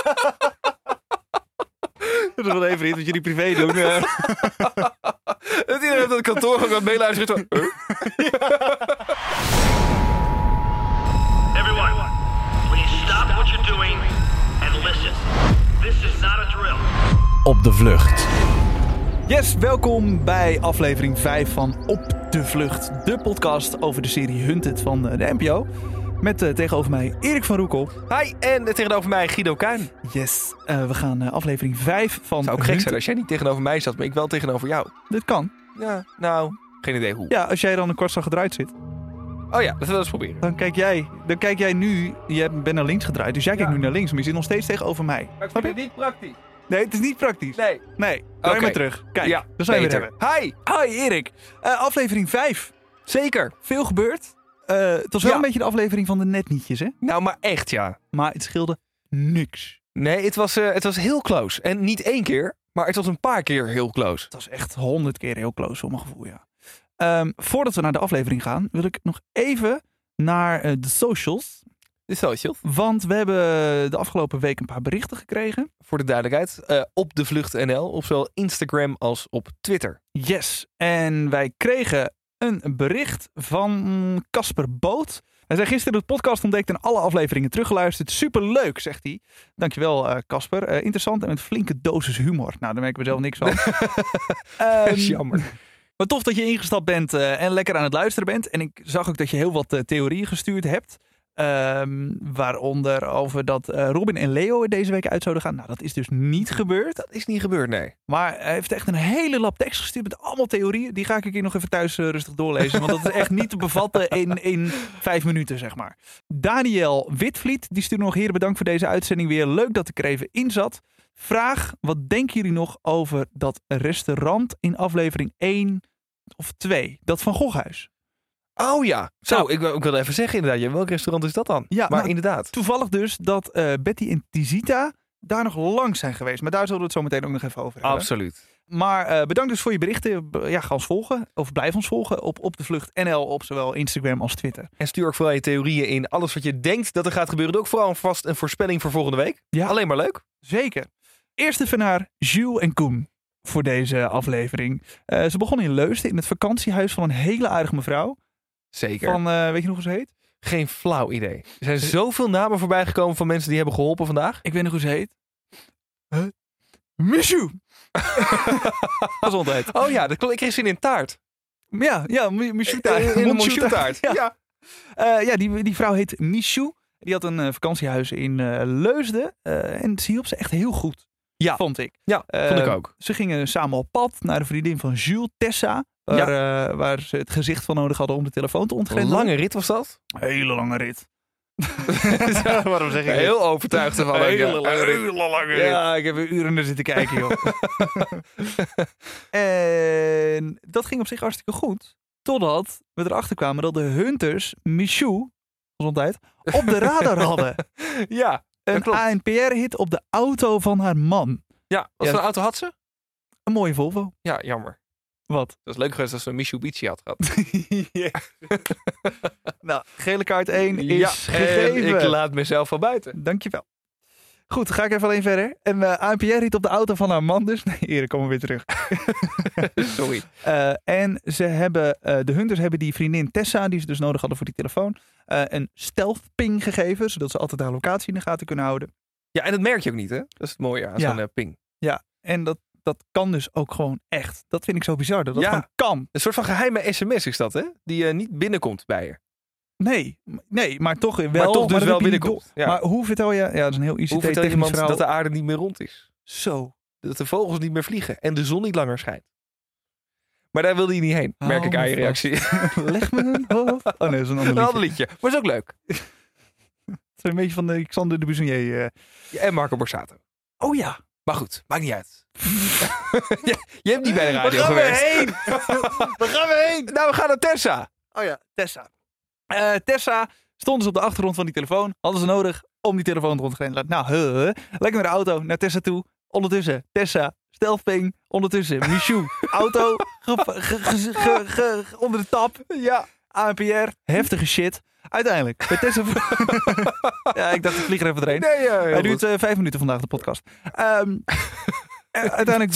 Dat is wel even iets wat jullie privé doen. Dat iedereen op het kantoor gewoon meeluistert. Everyone, please stop what you're doing and listen. This is not a drill. Op de vlucht. Yes, welkom bij aflevering 5 van Op de Vlucht. De podcast over de serie Hunted van de NPO. Met tegenover mij Erik van Roekel. Hi, en tegenover mij Guido Kuin. Yes, we gaan aflevering 5 van Zou ook gek zijn als jij niet tegenover mij zat, maar ik wel tegenover jou. Dit kan. Ja, nou, geen idee hoe. Ja, als jij dan een kwartslag gedraaid zit. Oh ja, dat willen we eens proberen. Dan kijk jij nu, je bent naar links gedraaid, dus jij kijkt nu naar links, maar je zit nog steeds tegenover mij. Maar ik vind het niet praktisch. Nee, het is niet praktisch. Nee. Draai Oké. maar terug. Kijk, Ja, daar zijn we beter. weer. Hi. Hoi Erik. Aflevering 5. Zeker. Veel gebeurd. Het was wel Ja. een beetje de aflevering van de netnietjes, hè? Nou, maar echt ja. Maar het scheelde niks. Nee, het was heel close. En niet één keer, maar het was een paar keer heel close. Het was echt 100 keer heel close voor mijn gevoel, ja. Voordat we naar de aflevering gaan, wil ik nog even naar de socials. De social. Want we hebben de afgelopen week een paar berichten gekregen. Voor de duidelijkheid, op de Vlucht NL, op zowel Instagram als op Twitter. Yes. En wij kregen een bericht van Casper Boot. Hij zei gisteren de podcast ontdekt en alle afleveringen teruggeluisterd. Superleuk, zegt hij. Dankjewel, Casper. Interessant en met flinke dosis humor. Nou, daar merken we zelf niks van. Dat is jammer. Maar tof dat je ingestapt bent en lekker aan het luisteren bent. En ik zag ook dat je heel wat theorieën gestuurd hebt. Waaronder over dat Robin en Leo er deze week uit zouden gaan. Nou, dat is dus niet gebeurd. Dat is niet gebeurd, nee. Maar hij heeft echt een hele lap tekst gestuurd met allemaal theorieën. Die ga ik een keer nog even thuis rustig doorlezen. Want dat is echt niet te bevatten in 5 minuten, zeg maar. Daniel Witvliet, die stuurde nog: heren, bedankt voor deze uitzending weer. Leuk dat ik er even in zat. Vraag, wat denken jullie nog over dat restaurant in aflevering 1 of 2? Dat Van Goghhuis. Oh ja. Zo, Nou, ik wilde even zeggen inderdaad. Welk restaurant is dat dan? Ja, maar nou, inderdaad. Toevallig dus dat Betty en Tizita daar nog langs zijn geweest. Maar daar zullen we het zo meteen ook nog even over hebben. Absoluut. Maar bedankt dus voor je berichten. Ja, ga ons volgen. Of blijf ons volgen op de Vlucht NL op zowel Instagram als Twitter. En stuur ook vooral je theorieën in. Alles wat je denkt dat er gaat gebeuren. Doe ook vooral vast een voorspelling voor volgende week. Ja. Alleen maar leuk. Zeker. Eerst even naar Jules en Koen voor deze aflevering. Ze begonnen in Leusden in het vakantiehuis van een hele aardige mevrouw. Zeker. Van, weet je nog hoe ze heet? Geen flauw idee. Er zijn zoveel namen voorbij gekomen van mensen die hebben geholpen vandaag. Ik weet nog hoe ze heet. Michou. Gezondheid. Oh ja, ik kreeg zin in taart. Ja, Michou taart. In een Monchou taart. Ja. Die vrouw heet Michou. Die had een vakantiehuis in Leusden. En ze hielp ze echt heel goed. Ja. Vond ik. Ja, vond ik ook. Ze gingen samen op pad naar de vriendin van Jules, Tessa. Waar ze het gezicht van nodig hadden om de telefoon te Een ontgrendelen. lange rit was dat? Hele lange rit. Waarom zeg je heel overtuigd ervan? Hele lange rit. Ja, ik heb er uren naar zitten kijken, joh. En dat ging op zich hartstikke goed. Totdat we erachter kwamen dat de Hunters Michou, gezondheid, op de radar hadden. Ja, Een klopt. ANPR-hit op de auto van haar man. Ja, wat Ja. voor een auto had ze? Een mooie Volvo. Ja, jammer. Wat? Dat is leuk geweest als ze een Mitsubishi had gehad. Nou, gele kaart 1 is Ja, gegeven. en ik laat mezelf van buiten. Dankjewel. Goed, dan ga ik even alleen verder. En ANPR-hit op de auto van haar man dus. Nee, Erik, komen we weer terug. Sorry. En ze hebben, de Hunters hebben die vriendin Tessa, die ze dus nodig hadden voor die telefoon, een stealth ping gegeven, zodat ze altijd haar locatie in de gaten kunnen houden. Ja, en dat merk je ook niet, hè? Dat is het mooie aan zo'n ping. Ja, en dat kan dus ook gewoon echt. Dat vind ik zo bizar, dat gewoon kan. Een soort van geheime sms is dat, hè? Die niet binnenkomt bij je. Nee, maar toch wel. Maar toch dus dat wel heb je niet binnenkomt. door. Ja. Maar hoe vertel je, ja, dat is een heel Hoe vertel je ICT-technisch iemand verhaal. dat de aarde niet meer rond is? Zo. Dat de vogels niet meer vliegen en de zon niet langer schijnt. Maar daar wilde je niet heen, merk ik aan je reactie. Leg me een hoofd. Oh nee, dat is een ander Een liedje. ander liedje, maar is ook leuk. Het is een beetje van de Xander de Buissonnier. Ja, en Marco Borsato. Oh ja. Maar goed, maakt niet uit. Je hebt niet bij de radio Waar gaan we geweest. heen? Waar gaan we heen? Nou, we gaan naar Tessa. Oh ja, Tessa. Tessa stond dus op de achtergrond van die telefoon. Hadden ze nodig om die telefoon te ontgrendelen. Nou, lekker naar de auto, naar Tessa toe. Ondertussen, Tessa, stealthping. Ondertussen, Michou, auto, onder de tap. Ja, ANPR, heftige shit. Uiteindelijk. Bij Tessa... ja, ik dacht, ik vlieg er even doorheen. Nee, Hij duurt 5 minuten vandaag, de podcast. Uiteindelijk...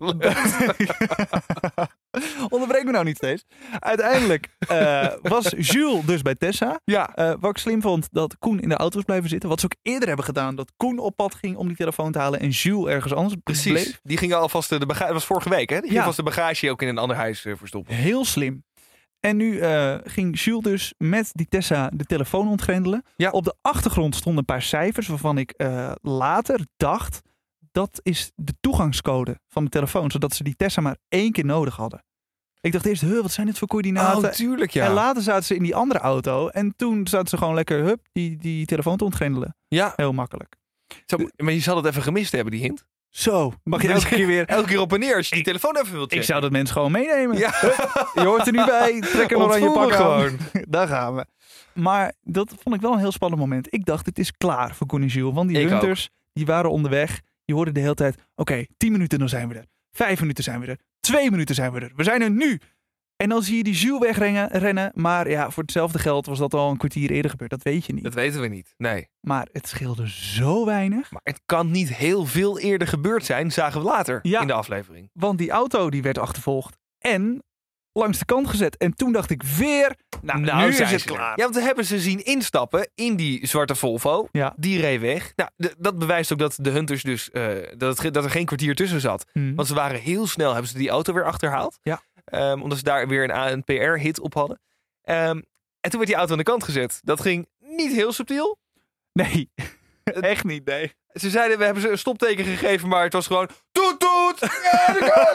Onderbreek me nou niet steeds. Uiteindelijk was Jules dus bij Tessa. Ja. Wat ik slim vond, dat Koen in de auto was blijven zitten. Wat ze ook eerder hebben gedaan, dat Koen op pad ging om die telefoon te halen en Jules ergens anders Precies. bleef. Die ging alvast de bagage... Dat was vorige week, hè? Die ging Ja. alvast de bagage ook in een ander huis verstoppen. Heel slim. En nu ging Jules dus met die Tessa de telefoon ontgrendelen. Ja. Op de achtergrond stonden een paar cijfers waarvan ik later dacht... dat is de toegangscode van mijn telefoon. Zodat ze die Tessa maar 1 keer nodig hadden. Ik dacht eerst, wat zijn dit voor coördinaten? Oh, tuurlijk, ja. En later zaten ze in die andere auto. En toen zaten ze gewoon lekker die telefoon te ontgrendelen. Ja. Heel makkelijk. Maar je zal het even gemist hebben, die hint. Zo, mag je elke keer weer... Elke keer op en neer als je die telefoon even wilt checken. Ik zou dat mensen gewoon meenemen. Ja. Je hoort er nu bij. Trek een oranje pak Ontvoeren aan. Daar gaan we. Maar dat vond ik wel een heel spannend moment. Ik dacht, het is klaar voor Koen en Jules. Want die Ik hunters, die waren onderweg. Je hoorde de hele tijd, oké, 10 minuten dan zijn we er. 5 minuten zijn we er. 2 minuten zijn we er. We zijn er nu. En dan zie je die Jules wegrennen. Maar ja, voor hetzelfde geld was dat al een kwartier eerder gebeurd. Dat weet je niet. Dat weten we niet, nee. Maar het scheelde zo weinig. Maar het kan niet heel veel eerder gebeurd zijn, zagen we later Ja. in de aflevering. Want die auto die werd achtervolgd. En langs de kant gezet. En toen dacht ik weer, nu is zijn het ze er. klaar. Ja, want we hebben ze zien instappen in die zwarte Volvo. Ja. Die reed weg. Nou, dat bewijst ook dat de hunters dus dat er geen kwartier tussen zat. Hmm. Want ze waren heel snel, hebben ze die auto weer achterhaald. Ja. Omdat ze daar weer een PR-hit op hadden. En toen werd die auto aan de kant gezet. Dat ging niet heel subtiel. Nee, echt niet, nee. Ze zeiden, we hebben ze een stopteken gegeven, maar het was gewoon... Toet, toet! Ja,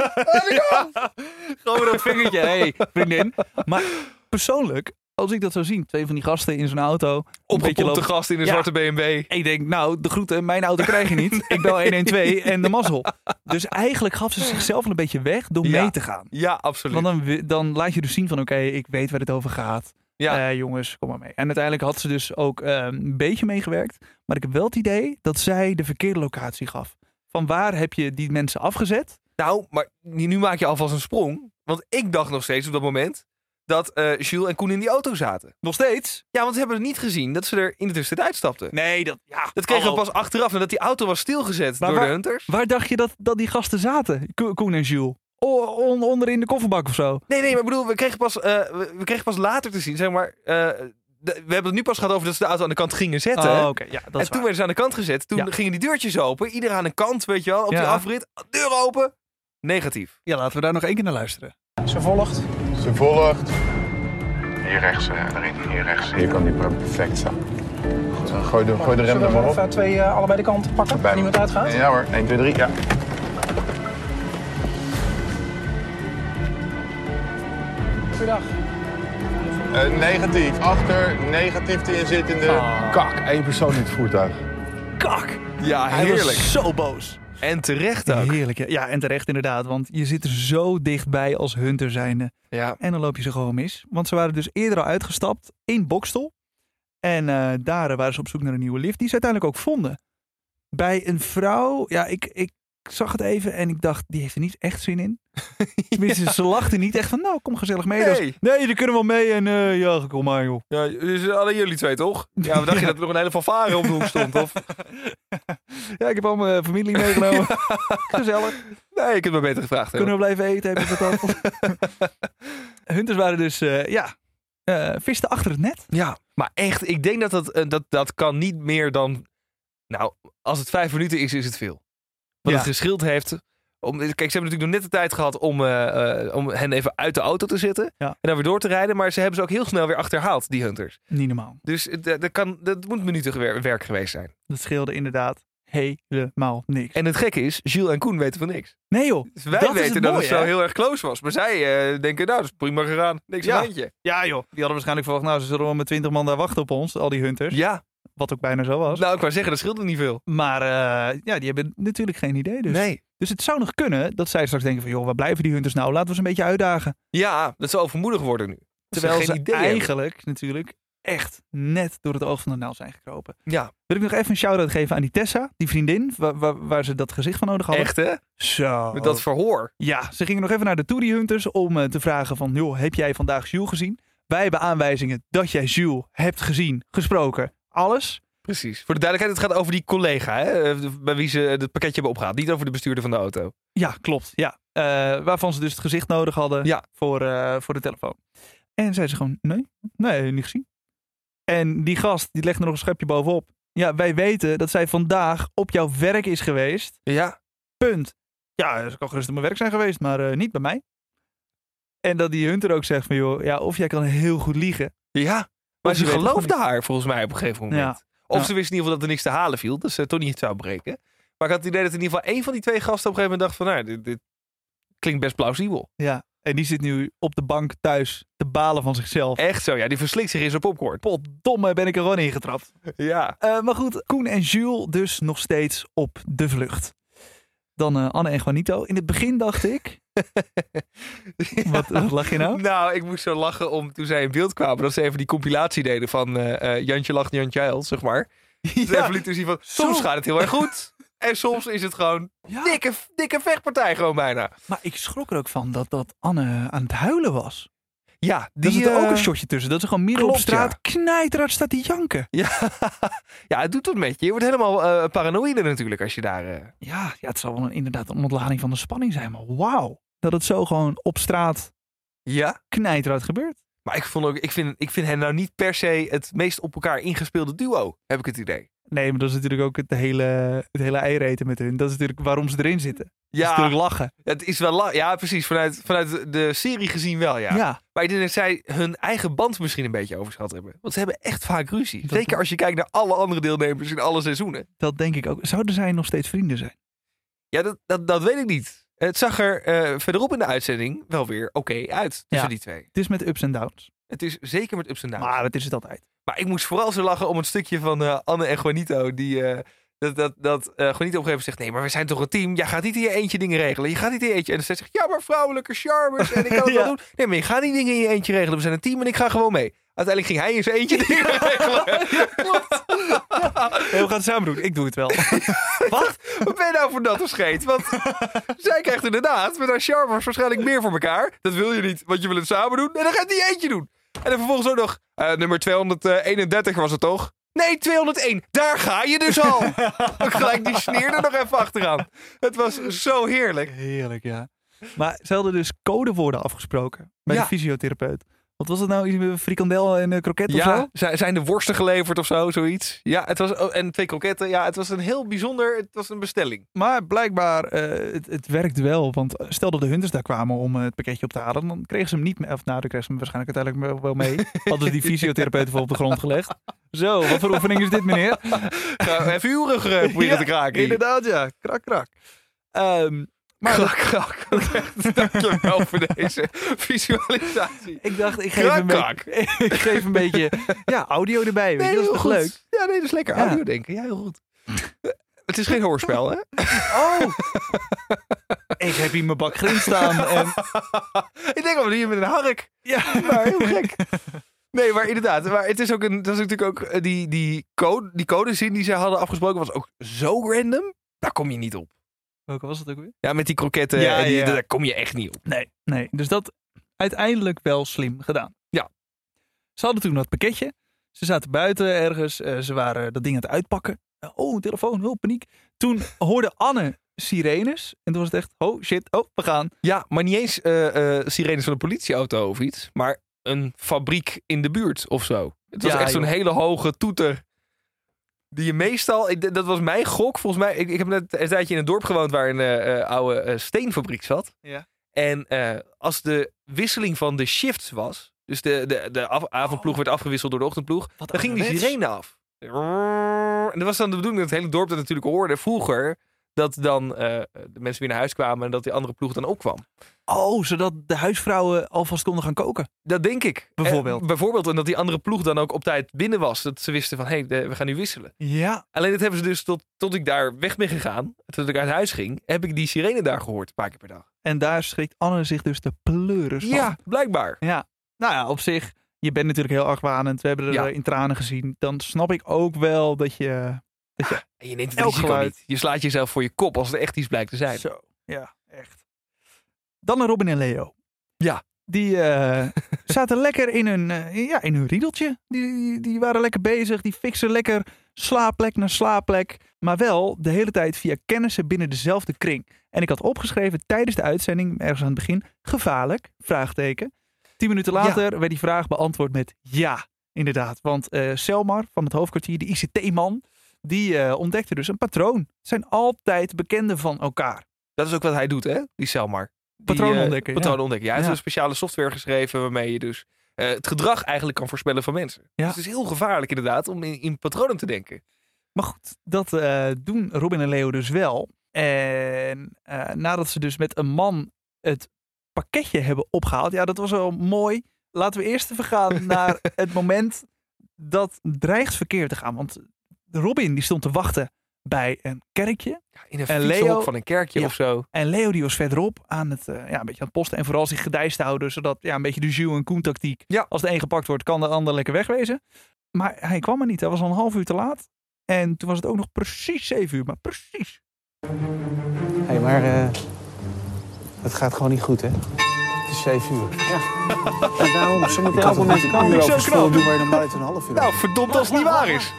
de kant! Gewoon met dat vingertje, hey, vriendin. Maar persoonlijk, als ik dat zou zien, 2 van die gasten in zo'n auto. Opgepompte gast in een Ja. zwarte BMW. Ik denk, nou, de groeten, mijn auto krijg je niet. Ik bel 112 en de mazzel. Dus eigenlijk gaf ze zichzelf een beetje weg door Ja. mee te gaan. Ja, absoluut. Want dan laat je dus zien van, oké, ik weet waar het over gaat. Ja. Jongens, kom maar mee. En uiteindelijk had ze dus ook een beetje meegewerkt. Maar ik heb wel het idee dat zij de verkeerde locatie gaf. Van waar heb je die mensen afgezet? Nou, maar nu maak je alvast een sprong. Want ik dacht nog steeds op dat moment dat Jules en Koen in die auto zaten. Nog steeds? Ja, want we hebben niet gezien dat ze er in de tussentijd uitstapten. Nee, Dat kregen we pas achteraf nadat die auto was stilgezet Maar door waar- de hunters. Waar dacht je dat die gasten zaten? Koen en Jules? Onder in de kofferbak of zo? Nee, maar ik bedoel, we kregen pas later te zien, zeg maar... we hebben het nu pas gehad over dat ze de auto aan de kant gingen zetten. Oh, oké. Ja, dat En is toen waar. werden ze aan de kant gezet. Toen Ja. gingen die deurtjes open. Ieder aan een kant, weet je wel. Op die Ja. afrit. Deur open. Negatief. Ja, laten we daar nog 1 keer naar luisteren. Ze volgt. Ze volgt. Hier rechts, erin. Hier rechts. Hier kan die perfect staan. Goed, dan gooi de rem er Zullen maar we op. even 2 allebei de kanten pakken? Bij- Niemand uitgaat? Ja hoor, 1, 2, 3, ja. Goeiedag. Negatief. Achter, negatief de inzittende. Kak, 1 persoon in het voertuig. Kak! Ja, Hij heerlijk. was zo boos. En terecht ook. Heerlijk, ja. Ja, en terecht inderdaad. Want je zit er zo dichtbij als hunter zijnde. Ja. En dan loop je ze gewoon mis. Want ze waren dus eerder al uitgestapt in Bokstel. En daar waren ze op zoek naar een nieuwe lift. Die ze uiteindelijk ook vonden. Bij een vrouw. Ja, ik zag het even en ik dacht, die heeft er niet echt zin in. Tenminste, ze lachten niet echt van, nou, kom gezellig mee. Nee. Dus, nee, die kunnen wel mee. En ja, kom maar, joh. Ja, dus alleen jullie twee, toch? Ja, we dachten dat er nog een hele fanfare op de hoek stond, of? Ja, ik heb al mijn familie meegenomen. Gezellig. Nee, ik heb me beter gevraagd. Kunnen we blijven eten? Heb je wat aan? Hunters waren dus, visten achter het net. Ja, maar echt, ik denk dat kan niet meer dan... Nou, als het 5 minuten is, is het veel. Wat Ja. het geschild heeft... Kijk, ze hebben natuurlijk nog net de tijd gehad om hen even uit de auto te zetten. Ja. En dan weer door te rijden. Maar ze hebben ze ook heel snel weer achterhaald, die hunters. Niet normaal. Dus dat moet minuten werk geweest zijn. Dat scheelde inderdaad helemaal niks. En het gekke is, Jules en Koen weten van niks. Nee joh. Dus wij Dat is weten het dat mooie, het zo hè? heel erg close was. Maar zij denken, nou, dat is prima gegaan. Niks Ja. aan handje. Ja joh. Die hadden waarschijnlijk verwacht, nou, ze zullen wel met 20 man daar wachten op ons. Al die hunters. Ja, Wat ook bijna zo was. nou, ik wou zeggen, dat scheelde niet veel. Maar die hebben natuurlijk geen idee. Dus. Nee. Dus het zou nog kunnen dat zij straks denken van, joh, waar blijven die hunters nou? Laten we ze een beetje uitdagen. Ja, dat ze overmoedig worden nu. Terwijl ze geen idee hebben. eigenlijk natuurlijk echt net door het oog van de naald zijn gekropen. Ja, Wil ik nog even een shout-out geven aan die Tessa, die vriendin, waar ze dat gezicht van nodig hadden. echt hè? Zo. Met dat verhoor. Ja, ze gingen nog even naar de Touri Hunters om te vragen van, joh, heb jij vandaag Jules gezien? Wij hebben aanwijzingen dat jij Jules hebt gezien, gesproken. Alles. Precies. Voor de duidelijkheid, het gaat over die collega, hè, bij wie ze het pakketje hebben opgehaald. Niet over de bestuurder van de auto. Ja, klopt. Ja. Waarvan ze dus het gezicht nodig hadden voor de telefoon. En zei ze gewoon, nee, niet gezien. En die gast, die legde er nog een schepje bovenop. Ja, wij weten dat zij vandaag op jouw werk is geweest. Ja. Punt. Ja, ze kan gerust op mijn werk zijn geweest, maar niet bij mij. En dat die Hunter ook zegt van, joh, ja, of jij kan heel goed liegen. Ja, maar ze weet het geloofde gewoon haar volgens mij op een gegeven moment. Ja. Of Ja. ze wist in ieder geval dat er niks te halen viel, dus ze toch niet het zou breken. Maar ik had het idee dat in ieder geval één van die twee gasten op een gegeven moment dacht van, nou, dit klinkt best plausibel. Ja, en die zit nu op de bank thuis te balen van zichzelf. Echt zo, ja, die verslikt zich in zijn popcorn. Potdomme ben ik er gewoon ingetrapt. Ja. Maar goed, Koen en Jules dus nog steeds op de vlucht. Dan Anne en Juanito. In het begin dacht ik... Wat lach je nou? Nou, ik moest zo lachen om toen zij in beeld kwamen, dat ze even die compilatie deden van Jantje lacht, Jantje huilt, zeg maar. Dus even lieten zien van, soms gaat het heel erg goed. En soms is het gewoon dikke vechtpartij gewoon bijna. Maar ik schrok er ook van dat Anne aan het huilen was. Ja, Daar zit er ook een shotje tussen. Dat ze gewoon midden op klopt, straat knijterhard staat te janken. Ja, ja, het doet wat met je. Je wordt helemaal paranoïde natuurlijk als je daar... Ja, het zal wel inderdaad een ontlading van de spanning zijn. Maar wauw, dat het zo gewoon op straat Ja, knijterhard gebeurt. maar ik vind hen nou niet per se het meest op elkaar ingespeelde duo, heb ik het idee. Nee, maar dat is natuurlijk ook het hele eiereten met hun. Dat is natuurlijk waarom ze erin zitten. Dat is Ja, natuurlijk lachen. het is wel... Ja, precies. Vanuit de serie gezien wel, ja. Ja. Maar ik denk dat zij hun eigen band misschien een beetje overschat hebben. Want ze hebben echt vaak ruzie. Dat- Zeker als je kijkt naar alle andere deelnemers in alle seizoenen. Dat denk ik ook. Zouden zij nog steeds vrienden zijn? Ja, dat weet ik niet. Het zag er verderop in de uitzending wel weer oké uit tussen die twee. Het is met ups en downs. Het is zeker met ups en downs. Maar dat is het altijd. Maar ik moest vooral zo lachen om het stukje van Anne en Juanito. Dat Juanito op een gegeven moment zegt, nee, maar we zijn toch een team. Jij gaat niet in je eentje dingen regelen. Je gaat niet in je eentje. En dan zegt ze, ja, maar vrouwelijke charmes. En ik kan het wel doen. Nee, maar je gaat niet dingen in je eentje regelen. We zijn een team en ik ga gewoon mee. Uiteindelijk ging hij in zijn eentje dingen regelen. Klopt. Nee, we gaan het samen doen. Ik doe het wel. Wat? Wat ben je nou voor natte scheet? Want zij krijgt inderdaad met haar charmers waarschijnlijk meer voor elkaar. Dat wil je niet, want je wil het samen doen. En dan gaat hij eentje doen. En dan vervolgens ook nog, nummer 231 was het toch? Nee, 201. Daar ga je dus al. Ook gelijk die sneer er nog even achteraan. Het was zo heerlijk. Heerlijk, ja. Maar ze hadden dus codewoorden afgesproken bij Ja. de fysiotherapeut. Wat was het nou? Iets met frikandel en kroket of Ja, zo? zijn de worsten geleverd of zo, zoiets? Ja, het was, en 2 kroketten. Ja, het was een heel bijzonder, het was een bestelling. Maar blijkbaar, het werkt wel. Want stel dat de hunters daar kwamen om het pakketje op te halen, dan kregen ze hem niet mee. Of nou, dan kregen ze hem waarschijnlijk uiteindelijk wel mee. Hadden ze die fysiotherapeut voor op de grond gelegd. Zo, wat voor oefening is dit, meneer? Ga even uw rug proberen te kraken. Inderdaad, ja. Krak, krak. Maar Krak. Dankjewel voor deze visualisatie. ik dacht, ik geef een beetje audio erbij. Weet je, dat is toch goed. leuk? Ja, nee, dat is lekker. Ja. Audio denken. Ja, heel goed. Het is geen hoorspel, hè? Oh! Ik heb hier mijn bak grind staan. En... Ik denk al hier met een hark. Ja, Maar heel gek. Nee, maar inderdaad. Maar het is ook dat is natuurlijk ook die codezin die ze hadden afgesproken was ook zo random. Daar kom je niet op. welke was het ook weer? Ja, met die kroketten. Ja, en ja. daar kom je echt niet op. Nee. Dus dat uiteindelijk wel slim gedaan. Ja. Ze hadden toen dat pakketje. Ze zaten buiten ergens. Ze waren dat ding aan het uitpakken. Een telefoon, paniek. Toen hoorde Anne sirenes. En toen was het echt, oh shit, we gaan. Ja, maar niet eens sirenes van een politieauto of iets. Maar een fabriek in de buurt of zo. Het was Ja, echt zo'n joh. hele hoge toeter. Die je meestal... dat was mijn gok. Volgens mij... Ik heb net een tijdje in een dorp gewoond waar een oude steenfabriek zat. Ja. En als de wisseling van de shifts was... Dus de avondploeg werd afgewisseld door de ochtendploeg. Wat Dan ging die ouderwets. sirene af. En dat was dan de bedoeling dat het hele dorp dat natuurlijk hoorde vroeger. Dat dan de mensen weer naar huis kwamen en dat die andere ploeg dan ook kwam. Oh, zodat de huisvrouwen alvast konden gaan koken. Dat denk ik. Bijvoorbeeld. Bijvoorbeeld. En dat die andere ploeg dan ook op tijd binnen was. Dat ze wisten van, we gaan nu wisselen. Ja. Alleen dat hebben ze dus tot ik daar weg ben gegaan. Tot ik uit huis ging. Heb ik die sirene daar gehoord. Een paar keer per dag. En daar schrikt Anne zich dus de pleuris van. Ja, blijkbaar. Ja. Nou ja, op zich. Je bent natuurlijk heel argwanend. We hebben er in tranen gezien. Dan snap ik ook wel dat je... En je neemt het Elk risico geluid. niet. Je slaat jezelf voor je kop als er echt iets blijkt te zijn. Zo, ja, echt. Dan naar Robin en Leo. Ja. Die zaten lekker in hun riedeltje. Die waren lekker bezig. Die fixen lekker slaapplek naar slaapplek. Maar wel de hele tijd via kennissen binnen dezelfde kring. En ik had opgeschreven tijdens de uitzending, ergens aan het begin, gevaarlijk, vraagteken. 10 minuten later werd die vraag beantwoord met ja, inderdaad. Want Selmar van het hoofdkwartier, de ICT-man, die ontdekte dus een patroon. Het zijn altijd bekenden van elkaar. Dat is ook wat hij doet, hè? Die Selmar. Patroon ontdekken. Patroon ontdekken. Ja, hij heeft een speciale software geschreven waarmee je dus het gedrag eigenlijk kan voorspellen van mensen. Ja. Dus het is heel gevaarlijk inderdaad om in patronen te denken. Maar goed, dat doen Robin en Leo dus wel. En nadat ze dus met een man het pakketje hebben opgehaald. Ja, dat was wel mooi. Laten we eerst even gaan naar het moment dat dreigt verkeerd te gaan. Want Robin die stond te wachten bij een kerkje. Ja, in een fietsenhok van een kerkje of zo. En Leo die was verderop aan het, een beetje aan het posten. En vooral zich gedijst houden. Zodat een beetje de Jules en Koen tactiek. Ja. Als de een gepakt wordt, kan de ander lekker wegwezen. Maar hij kwam er niet. Hij was al een half uur te laat. En toen was het ook nog precies 7 uur. Maar precies. Hé, maar het gaat gewoon niet goed, hè? Het is 7 uur. Ja. En daarom, ze moeten elk moment een uur over spullen doen waar je dan buiten een half uur. Nou, verdomd als het niet waar is.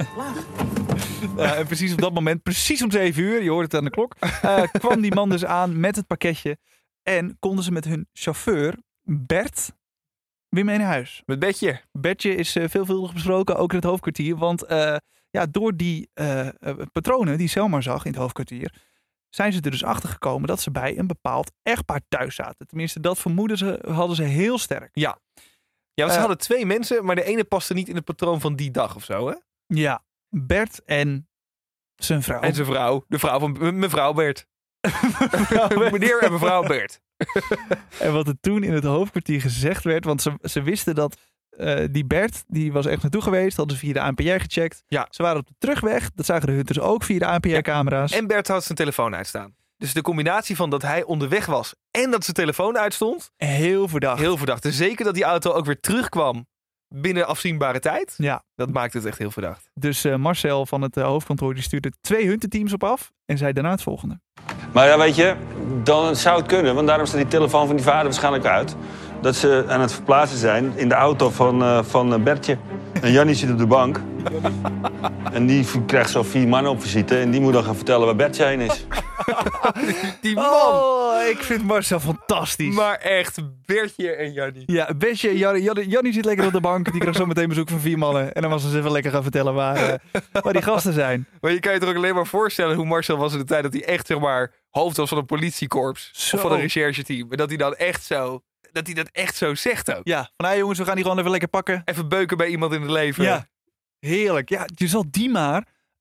En precies op dat moment, precies om 7 uur, je hoort het aan de klok, kwam die man dus aan met het pakketje. En konden ze met hun chauffeur, Bert, weer mee naar huis. Met Betje. Bertje is veelvuldig besproken, ook in het hoofdkwartier. Want door die patronen die Selmar zag in het hoofdkwartier, zijn ze er dus achter gekomen dat ze bij een bepaald echtpaar thuis zaten. Tenminste, dat vermoeden hadden ze heel sterk. Ja, want ze hadden 2 mensen, maar de ene paste niet in het patroon van die dag of zo, hè? Ja, Bert en zijn vrouw. En zijn vrouw. De vrouw van mevrouw Bert. Meneer en mevrouw Bert. En wat er toen in het hoofdkwartier gezegd werd, want ze wisten dat die Bert, die was echt naartoe geweest, hadden ze via de ANPR gecheckt. Ja. Ze waren op de terugweg, dat zagen de hunters ook via de ANPR-camera's. En Bert had zijn telefoon uitstaan. Dus de combinatie van dat hij onderweg was en dat zijn telefoon uitstond. Heel verdacht. Heel verdacht. En zeker dat die auto ook weer terugkwam binnen afzienbare tijd. Ja. Dat maakt het echt heel verdacht. Dus Marcel van het hoofdkantoor die stuurde 2 huntenteams op af en zei daarna het volgende. Maar ja, weet je, dan zou het kunnen, want daarom staat die telefoon van die vader waarschijnlijk uit. Dat ze aan het verplaatsen zijn in de auto van Bertje. En Jannie zit op de bank. En die krijgt zo 4 mannen op visite. En die moet dan gaan vertellen waar Bertje heen is. Die man! Oh, ik vind Marcel fantastisch. Maar echt, Bertje en Jannie. Ja, Bertje en Jannie zit lekker op de bank. Die krijgt zo meteen bezoek van 4 mannen. En dan was ze eens even lekker gaan vertellen waar die gasten zijn. Maar je kan je toch ook alleen maar voorstellen hoe Marcel was in de tijd dat hij echt, zeg maar, hoofd was van een politiekorps. Zo. Of van een rechercheteam. En dat hij dan echt zo... Dat hij dat echt zo zegt ook. Ja, van jongens, we gaan die gewoon even lekker pakken. Even beuken bij iemand in het leven. Ja, heerlijk. Ja, je zal die maar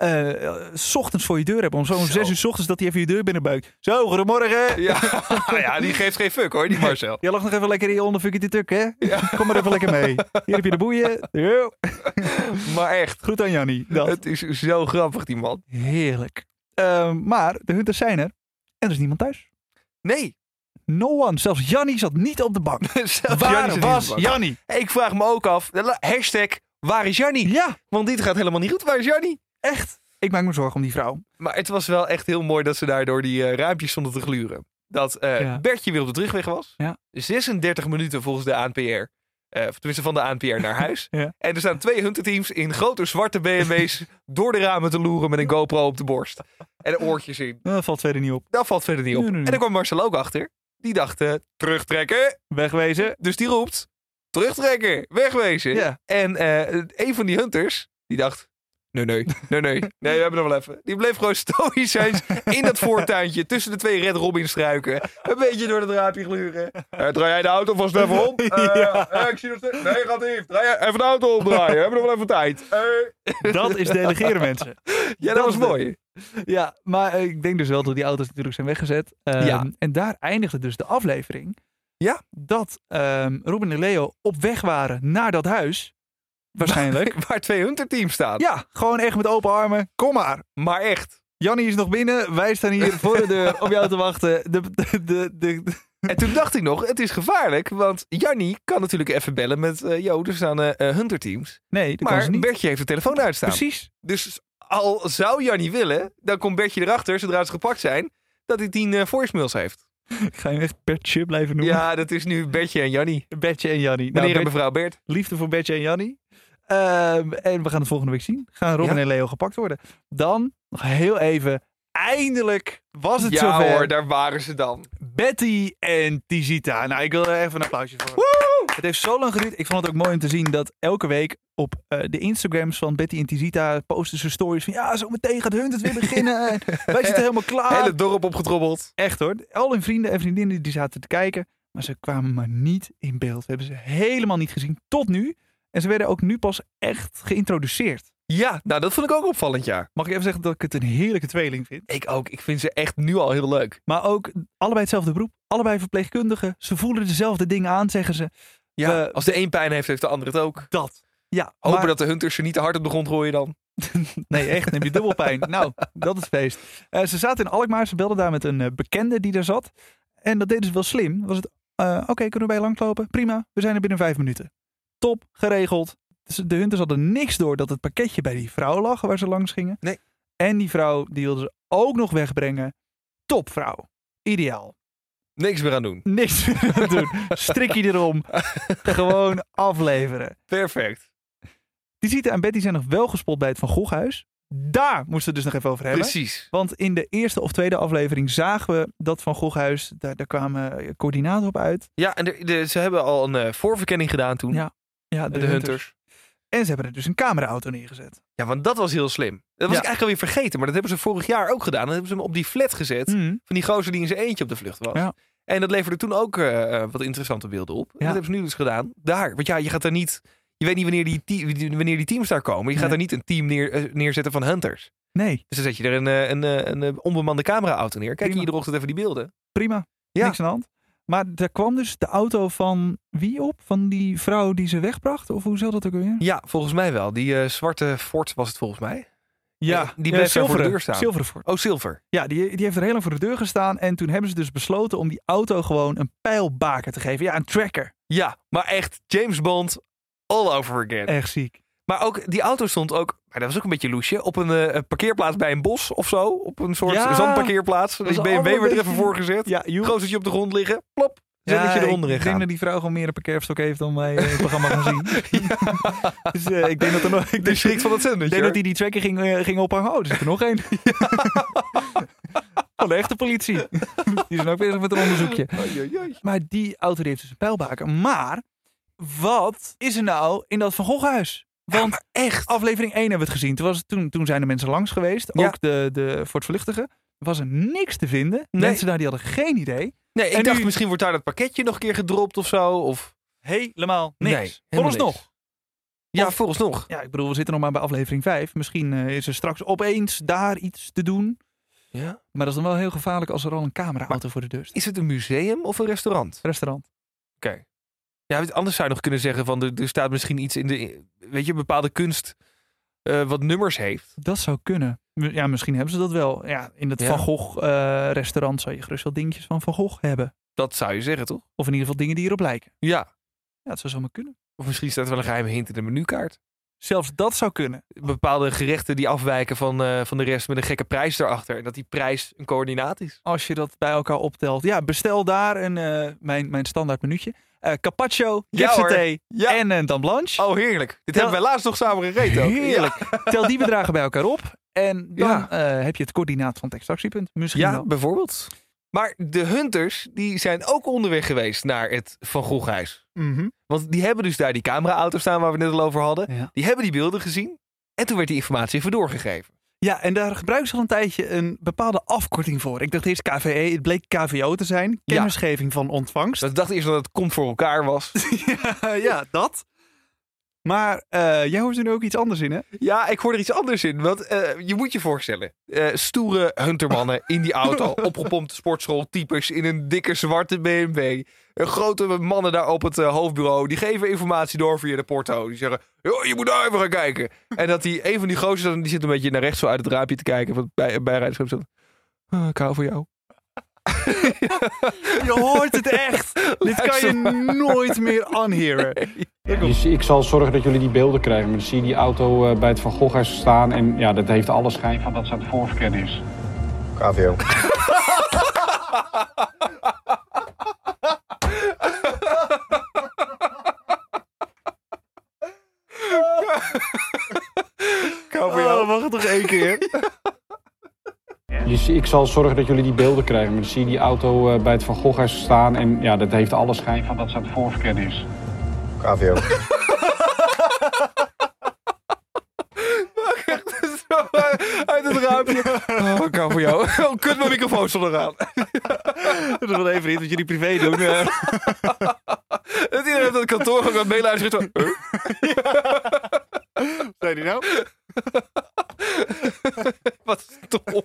's ochtends voor je deur hebben. Om zo'n 6 uur 's ochtends dat hij even je deur binnenbuikt. Zo, goedemorgen. Ja, die geeft geen fuck hoor, die Marcel. Jij lag nog even lekker in je onderfuckje te tuk, hè? Ja. Kom maar even lekker mee. Hier heb je de boeien. Yo. Maar echt. Goed aan Jannie. Dat. Het is zo grappig, die man. Heerlijk. Maar de hunters zijn er. En er is niemand thuis. Nee. No one. Zelfs Jannie zat niet op de bank. Waar was Jannie? Ik vraag me ook af. Hashtag, waar is Jannie? Ja. Want dit gaat helemaal niet goed. Waar is Jannie? Echt. Ik maak me zorgen om die vrouw. Maar het was wel echt heel mooi dat ze daar door die raampjes stonden te gluren. Dat Bertje weer op de terugweg was. Ja. 36 minuten volgens de ANPR. Tenminste van de ANPR naar huis. Ja. En er staan 2 hunterteams in grote zwarte BMW's door de ramen te loeren met een GoPro op de borst. En er oortjes in. Dat valt verder niet op. Dat valt verder niet op. Nee. En daar kwam Marcel ook achter. Die dacht, terugtrekken. Wegwezen. Dus die roept, terugtrekken, wegwezen. Ja. En een van die hunters, die dacht, nee, we hebben nog wel even. Die bleef gewoon stoïcijns in dat voortuintje tussen de 2 Red Robin struiken. Een beetje door het raampje gluren. Draai jij de auto vast even om? Ik zie nog steeds. Nee, gaat niet. Draai jij even de auto omdraaien. We hebben nog wel even tijd. Dat is delegeren, mensen. Ja, dat was mooi. Ja, maar ik denk dus wel dat die auto's natuurlijk zijn weggezet. En daar eindigde dus de aflevering. Ja. Dat Robin en Leo op weg waren naar dat huis. Waarschijnlijk. Waar 2 hunterteams staan. Ja, gewoon echt met open armen. Kom maar. Maar echt. Jannie is nog binnen. Wij staan hier voor de deur op jou te wachten. En toen dacht ik nog, het is gevaarlijk. Want Jannie kan natuurlijk even bellen met... er staan hunterteams. Nee, dat kan ze Maar niet. Bertje heeft de telefoon uitstaan. Precies. Dus al zou Jannie willen, dan komt Bertje erachter, zodra ze gepakt zijn, dat hij 10 voicemails heeft. Ik ga je echt Bertje blijven noemen. Ja, dat is nu Bertje en Jannie. Bertje en Jannie. Meneer en mevrouw Bert. Liefde voor Bertje en Jannie. En we gaan het volgende week zien. Gaan Robin en Leo gepakt worden. Dan nog heel even. Eindelijk was het zover. Ja hoor, daar waren ze dan. Betty en Tizita. Nou, ik wil er even een applausje voor. Woe! Het heeft zo lang geduurd. Ik vond het ook mooi om te zien dat elke week op de Instagrams van Betty en Tizita posten ze stories van ja, zo meteen gaat hun het weer beginnen. En wij zitten helemaal klaar. Hele dorp opgetrommeld. Echt hoor. Al hun vrienden en vriendinnen die zaten te kijken. Maar ze kwamen maar niet in beeld. We hebben ze helemaal niet gezien tot nu. En ze werden ook nu pas echt geïntroduceerd. Ja, nou dat vond ik ook opvallend, ja. Mag ik even zeggen dat ik het een heerlijke tweeling vind? Ik ook. Ik vind ze echt nu al heel leuk. Maar ook allebei hetzelfde beroep. Allebei verpleegkundigen. Ze voelen dezelfde dingen aan, zeggen ze. Ja, als de een pijn heeft, heeft de ander het ook. Dat. Ja, Hopen dat de hunters ze niet te hard op de grond gooien dan. Nee, echt. Dan heb je dubbel pijn. Nou, dat is feest. Ze zaten in Alkmaar. Ze belden daar met een bekende die daar zat. En dat deden ze wel slim. Was het, oké, kunnen we bij je langslopen? Prima, we zijn er binnen 5 minuten. Top, geregeld. Dus de hunters hadden niks door dat het pakketje bij die vrouw lag waar ze langs gingen. Nee. En die vrouw, die wilden ze ook nog wegbrengen. Topvrouw. Ideaal. Niks meer aan doen. Niks meer aan doen. Strikje erom. Gewoon afleveren. Perfect. Tizita en Betty zijn nog wel gespot bij het Van Goghhuis. Daar moesten we het dus nog even over hebben. Precies. Want in de eerste of tweede aflevering zagen we dat Van Goghhuis, daar kwamen coördinaten op uit. Ja, en ze hebben al een voorverkenning gedaan toen. Ja, de hunters. En ze hebben er dus een cameraauto neergezet. Ja, want dat was heel slim. Dat was ik eigenlijk alweer vergeten, maar dat hebben ze vorig jaar ook gedaan. Dan hebben ze hem op die flat gezet van die gozer die in zijn eentje op de vlucht was. Ja. En dat leverde toen ook wat interessante beelden op. En dat hebben ze nu dus gedaan. Daar. Want ja, je gaat daar niet... Je weet niet wanneer die teams daar komen. Je gaat daar niet een team neerzetten van hunters. Nee. Dus dan zet je er een onbemande cameraauto neer. Kijk je iedere ochtend even die beelden. Prima. Ja. Niks aan de hand. Maar daar kwam dus de auto van wie op? Van die vrouw die ze wegbracht? Of hoe zat dat ook weer? Ja, volgens mij wel. Die zwarte Ford was het volgens mij. Ja, die bleef daar voor de deur staan. Zilveren Ford. Oh, zilver. Ja, die heeft er heel lang voor de deur gestaan. En toen hebben ze dus besloten om die auto gewoon een pijlbaken te geven. Ja, een tracker. Ja, maar echt James Bond all over again. Echt ziek. Maar ook, die auto stond ook, maar dat was ook een beetje loesje, op een parkeerplaats bij een bos of zo. Op een soort zandparkeerplaats. Die BMW werd er even voor gezet. Ja, gozer op de grond liggen. Plop. Zennetje eronder in gaan. Ik denk dat die vrouw gewoon meer een parkeerstok heeft dan wij het programma gaan zien. Dus ik denk dat er nog... Ik schrikt van het zendetje. Ik denk dat hij die tracker ging ophangen. Oh, er zit er nog één. Van de echte politie. Die zijn ook bezig met een onderzoekje. Maar die auto heeft dus een pijlbaken. Maar wat is er nou in dat Van Goghhuis? Want maar echt. Aflevering 1 hebben we het gezien. Toen zijn de mensen langs geweest. Ook de voortvluchtigen. Er was er niks te vinden. Nee. Mensen daar die hadden geen idee. Nee, ik dacht misschien wordt daar dat pakketje nog een keer gedropt of zo. Of... Helemaal niks. Nee, vooralsnog. Ja, vooralsnog. Ja, ik bedoel, we zitten nog maar bij aflevering 5. Misschien is er straks opeens daar iets te doen. Ja. Maar dat is dan wel heel gevaarlijk als er al een cameraauto voor de deur staat. Is het een museum of een restaurant? Restaurant. Oké. Ja, anders zou je nog kunnen zeggen van er staat misschien iets in de, weet je, bepaalde kunst wat nummers heeft. Dat zou kunnen. Ja, misschien hebben ze dat wel. Ja, in het Van Gogh restaurant zou je gerust wel dingetjes van Van Gogh hebben. Dat zou je zeggen, toch? Of in ieder geval dingen die erop lijken. Ja. Ja, dat zou zomaar kunnen. Of misschien staat er wel een geheime hint in de menukaart. Zelfs dat zou kunnen. Bepaalde gerechten die afwijken van de rest met een gekke prijs erachter. En dat die prijs een coördinaat is. Als je dat bij elkaar optelt. Ja, bestel daar mijn standaard minuutje. Carpaccio, kipsaté en een dame blanche. Oh, heerlijk. Dit hebben wij laatst nog samen gegeten ook. Heerlijk. Ja. Tel die bedragen bij elkaar op. En dan heb je het coördinaat van het extractiepunt. Misschien wel. Bijvoorbeeld. Maar de hunters, die zijn ook onderweg geweest naar het Van Goghhuis. Mm-hmm. Want die hebben dus daar die cameraauto staan waar we net al over hadden. Ja. Die hebben die beelden gezien. En toen werd die informatie even doorgegeven. Ja, en daar gebruiken ze al een tijdje een bepaalde afkorting voor. Ik dacht eerst KVE, het bleek KVO te zijn. Kennisgeving van ontvangst. Ik dacht eerst dat het komt voor elkaar was. ja, dat. Maar jij hoort er nu ook iets anders in, hè? Ja, ik hoor er iets anders in. Want je moet je voorstellen. Stoere huntermannen in die auto. Opgepompte sportschooltypes in een dikke zwarte BMW. Grote mannen daar op het hoofdbureau. Die geven informatie door via de porto. Die zeggen, je moet daar even gaan kijken. En dat een van die gozers, die zit een beetje naar rechts zo uit het raampje te kijken. Van bijrijderschap zegt, ik hou voor jou. Je hoort het echt. Dit kan je nooit meer aanheren. Dus ik zal zorgen dat jullie die beelden krijgen. Maar dan zie je die auto bij het Van Goghhuis staan. En ja, dat heeft alle schijn van dat ze aan het voorverkennen is. KVO. keer. Ik zal zorgen dat jullie die beelden krijgen. Maar dan zie je die auto bij het Van Goghuis staan. En ja, dat heeft alle schijn van dat ze het voorverkennen is. KVO. Zo uit het raampje. Oh, ik hou voor jou. Oh, kut, mijn microfoon stond eraan. Dat is wel even niet wat jullie privé doen. Dat iedereen op het kantoor ook aan het meeluisteren. Zei die nou? Wat stom.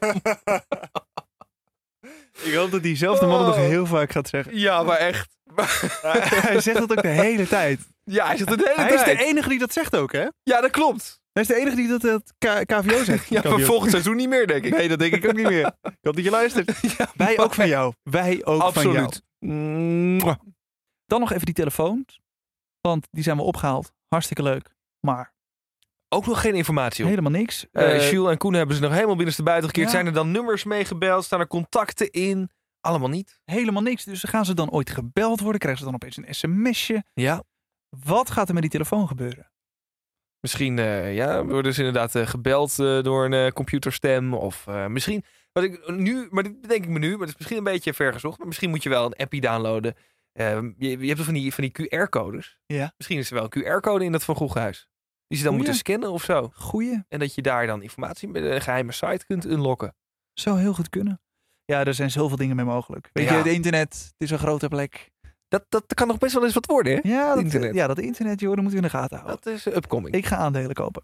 Ik hoop dat diezelfde man het nog heel vaak gaat zeggen. Ja, maar echt. Hij zegt dat ook de hele tijd. Ja, hij zegt het de hele Hij tijd. is de enige die dat zegt ook, hè? Ja, dat klopt. Hij is de enige die dat KVO zegt. Ja, maar volgend seizoen niet meer, denk ik. Nee, dat denk ik ook niet meer. Ik hoop dat je luistert. Ja, Wij ook van jou. Wij ook absoluut. van jou. Dan nog even die telefoons. Want die zijn wel opgehaald. Hartstikke leuk. Maar Ook nog geen informatie op. helemaal niks. Jules en Koen hebben ze nog helemaal binnenstebuiten gekeerd. Ja. Zijn er dan nummers meegebeld? Staan er contacten in? Allemaal niet. Helemaal niks. Dus gaan ze dan ooit gebeld worden? Krijgen ze dan opeens een sms'je? Ja. Wat gaat er met die telefoon gebeuren? Misschien worden ze inderdaad gebeld door een computerstem. Of misschien, maar dit bedenk ik me nu, maar dat is misschien een beetje vergezocht. Maar misschien moet je wel een appie downloaden. Je hebt toch van die QR-codes. Ja. Misschien is er wel een QR-code in dat Van Goghuis. Die ze dan Goeie. moeten scannen of zo. Goeie. En dat je daar dan informatie met een geheime site kunt unlocken. Zou heel goed kunnen. Ja, er zijn zoveel dingen mee mogelijk. Weet Ja. je, het internet, het is een grote plek. Dat kan nog best wel eens wat worden, hè? Ja, internet. dat internet, joh, dat moeten we in de gaten houden. Dat is upcoming. Ik ga aandelen kopen.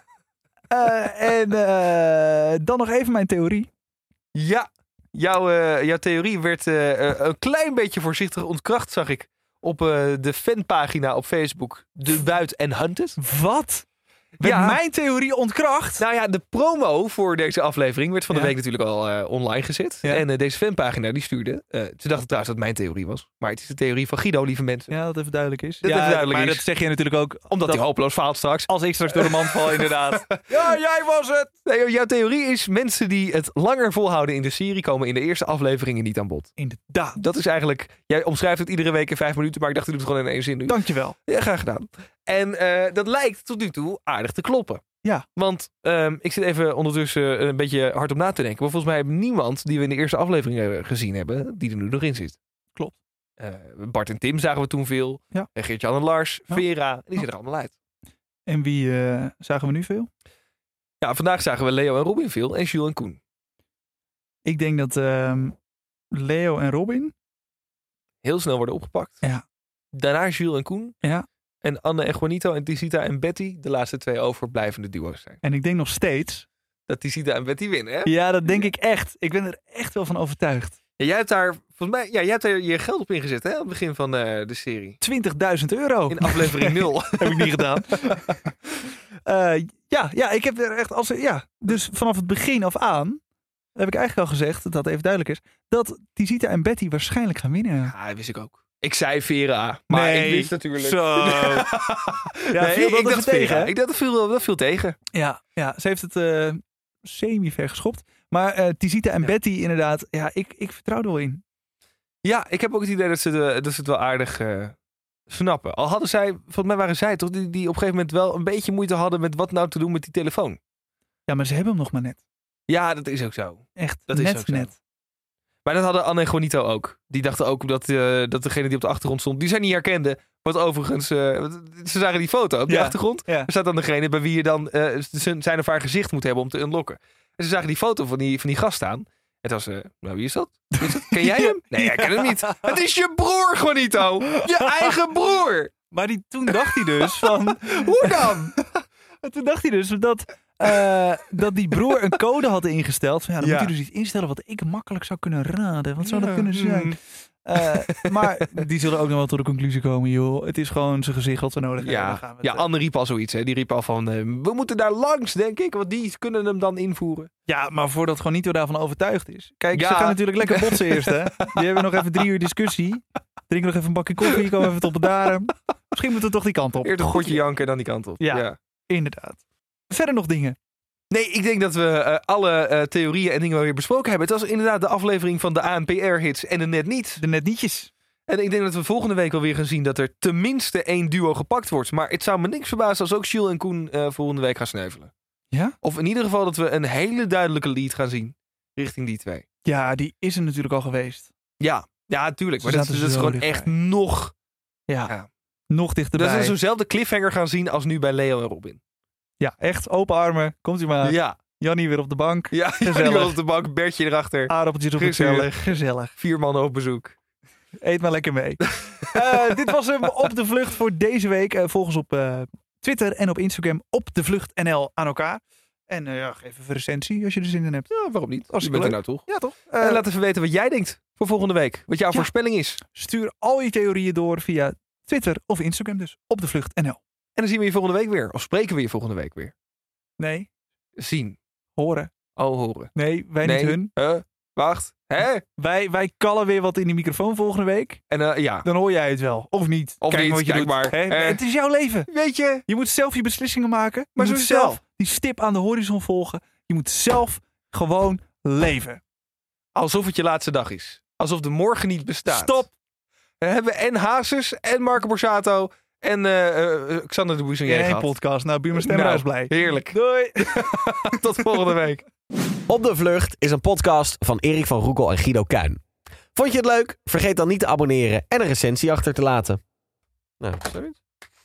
Dan nog even mijn theorie. Ja, jouw theorie werd een klein beetje voorzichtig ontkracht, zag ik. Op de fanpagina op Facebook. De Buit en Hunted. Wat? Werd Ja. mijn theorie ontkracht? Nou ja, de promo voor deze aflevering werd van de Ja. week natuurlijk al online gezet. Ja. En deze fanpagina die stuurde. Ze dachten trouwens dat het mijn theorie was. Maar het is de theorie van Guido, lieve mensen. Ja, dat even duidelijk is. Dat even duidelijk maar is. dat zeg je natuurlijk ook. Omdat hij hopeloos faalt straks. Als ik straks door de mand val, inderdaad. Ja, jij was het! Nee, jouw theorie is mensen die het langer volhouden in de serie komen in de eerste afleveringen niet aan bod. Inderdaad. Dat is eigenlijk... Jij omschrijft het iedere week in 5 minuten, maar ik dacht ik doe het gewoon in 1 zin nu. Dankjewel. Ja, graag gedaan. En dat lijkt tot nu toe aardig te kloppen. Ja. Want ik zit even ondertussen een beetje hard op na te denken. Maar volgens mij heeft niemand die we in de eerste aflevering gezien hebben, die er nu nog in zit. Klopt. Bart en Tim zagen we toen veel. Ja. Geert-Jan en Lars, Ja. Vera, die Ja. zitten er allemaal uit. En wie zagen we nu veel? Ja, vandaag zagen we Leo en Robin veel en Jules en Koen. Ik denk dat Leo en Robin. Heel snel worden opgepakt. Ja. Daarna Jules en Koen. Ja. En Anne en Juanito en Tisita en Betty de laatste 2 overblijvende duo's zijn. En ik denk nog steeds. Dat Tisita en Betty winnen, hè? Ja, dat denk ik echt. Ik ben er echt wel van overtuigd. Ja, jij hebt daar, volgens mij, jij hebt er je geld op ingezet, hè? Aan het begin van de serie. €20.000. In aflevering 0. Heb ik niet gedaan. Ja, ik heb er echt dus vanaf het begin af aan heb ik eigenlijk al gezegd, dat even duidelijk is, dat Tisita en Betty waarschijnlijk gaan winnen. Ja, dat wist ik ook. Ik zei Vera, maar Nee, ik wist natuurlijk... zo. Ja, viel dat ik dus dacht tegen, Vera. hè? Ik dacht dat viel tegen. Ja, ze heeft het semi-ver geschopt. Maar Tisita en Betty inderdaad, ja, ik vertrouw er wel in. Ja, ik heb ook het idee dat ze het wel aardig snappen. Al hadden zij, volgens mij waren zij toch, die op een gegeven moment wel een beetje moeite hadden met wat nou te doen met die telefoon. Ja, maar ze hebben hem nog maar net. Ja, dat is ook zo. Echt, Dat is net, ook zo. net. Maar dat hadden Anne en Juanito ook. Die dachten ook dat degene die op de achtergrond stond, die zij niet herkende. Wat overigens, ze zagen die foto op die Ja, achtergrond. ja. Er staat dan degene bij wie je dan zijn of haar gezicht moet hebben om te unlocken. En ze zagen die foto van die gast staan. Het was, wie is dat? Wie is dat? Ken jij hem? Nee, ik ken hem niet. Het is je broer, Juanito. Je eigen broer. Maar toen dacht hij dus van... Hoe dan? Toen dacht hij dus dat die broer een code had ingesteld. Van, ja, dan Ja. moet hij dus iets instellen wat ik makkelijk zou kunnen raden. Wat zou dat kunnen zijn? Maar die zullen ook nog wel tot de conclusie komen, joh. Het is gewoon zijn gezicht wat we nodig hebben. Dan gaan we het, Anne riep al zoiets. Hè. Die riep al van, we moeten daar langs, denk ik. Want die kunnen hem dan invoeren. Ja, maar voordat Juanito daarvan overtuigd is. Kijk, Ja. ze gaan natuurlijk lekker botsen eerst, hè. Die hebben nog even 3 uur discussie. Drinken nog even een bakje koffie, komen even tot bedaren. Misschien moeten we toch die kant op. Eerst een potje janken en dan die kant op. Ja. Inderdaad. Verder nog dingen. Nee, ik denk dat we alle theorieën en dingen wel weer besproken hebben. Het was inderdaad de aflevering van de ANPR-hits en de Net Niet. De net nietjes. En ik denk dat we volgende week alweer gaan zien dat er tenminste 1 duo gepakt wordt. Maar het zou me niks verbazen als ook Jules en Koen volgende week gaan sneuvelen. Ja? Of in ieder geval dat we een hele duidelijke lead gaan zien richting die 2. Ja, die is er natuurlijk al geweest. Ja, tuurlijk. Maar Ze dat zaten is zo gewoon dichtbij. echt nog... Ja. Nog dichterbij. Dat we zo'nzelfde cliffhanger gaan zien als nu bij Leo en Robin. Ja, echt open armen. Komt u maar. Ja. Jannie weer op de bank. Ja, Gezellig. die op de bank, Bertje erachter. Aardappeltjes op het vuur. Gezellig. Gezellig. 4 mannen op bezoek. Eet maar lekker mee. Dit was hem op de vlucht voor deze week. Volg ons op Twitter en op Instagram op de Vlucht NL aan elkaar. En geef even een recensie als je er zin in hebt. Ja, waarom niet? Als Je bent er nou toch? Ja, toch? En laat even weten wat jij denkt voor volgende week. Wat jouw voorspelling is. Stuur al je theorieën door via Twitter of Instagram dus. Op de Vlucht NL. En dan zien we je volgende week weer. Of spreken we je volgende week weer. Nee. Zien. Horen. Oh, horen. Nee, wij niet hun. Wacht. Hè? Wij kallen weer wat in die microfoon volgende week. En ja. Dan hoor jij het wel. Of niet. Of Kijk niet, wat je kijk doet. maar. Hè? Het is jouw leven. Weet je. Je moet zelf je beslissingen maken. Maar je zo moet is het zelf wel. die stip aan de horizon volgen. Je moet zelf gewoon leven. Alsof het je laatste dag is. Alsof de morgen niet bestaat. Stop. Dan hebben we en Hazes en Marco Borsato en Xander de Buissonnier Geen gehad. podcast. Nou, Buurman Stemra is blij. Heerlijk. Doei. Tot volgende week. Op de Vlucht is een podcast van Erik van Roekel en Guido Kuin. Vond je het leuk? Vergeet dan niet te abonneren en een recensie achter te laten. Nou, Zoiets.